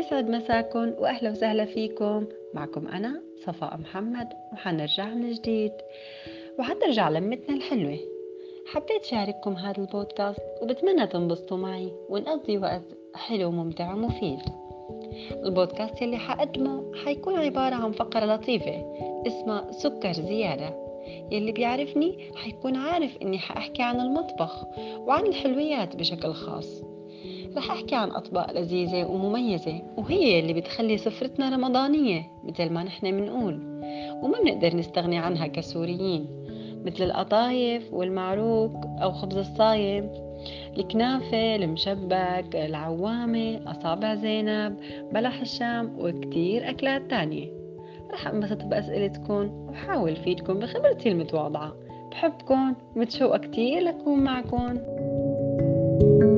يسعد مساكم وأهلا وسهلا فيكم. معكم أنا صفاء محمد وحنرجع من جديد وحنرجع لمتنا الحلوة. حبيت شارككم هذا البودكاست وبتمنى تنبسطوا معي ونقضي وقت حلو وممتع ومفيد. البودكاست يلي حقدمه حيكون عبارة عن فقرة لطيفة اسمها سكر زيادة. يلي بيعرفني حيكون عارف اني حأحكي عن المطبخ وعن الحلويات بشكل خاص. رح أحكي عن أطباق لذيذة ومميزة وهي اللي بتخلي سفرتنا رمضانية مثل ما نحن منقول، وما بنقدر نستغني عنها كسوريين، مثل القطايف والمعروك أو خبز الصايم، الكنافة، المشبك، العوامة، أصابع زينب، بلح الشام وكتير أكلات تانية. رح أنبسط بأسئلتكم وحاول فيدكم بخبرتي المتواضعة. بحبكم ومتشوقة كتير لأكون معكم.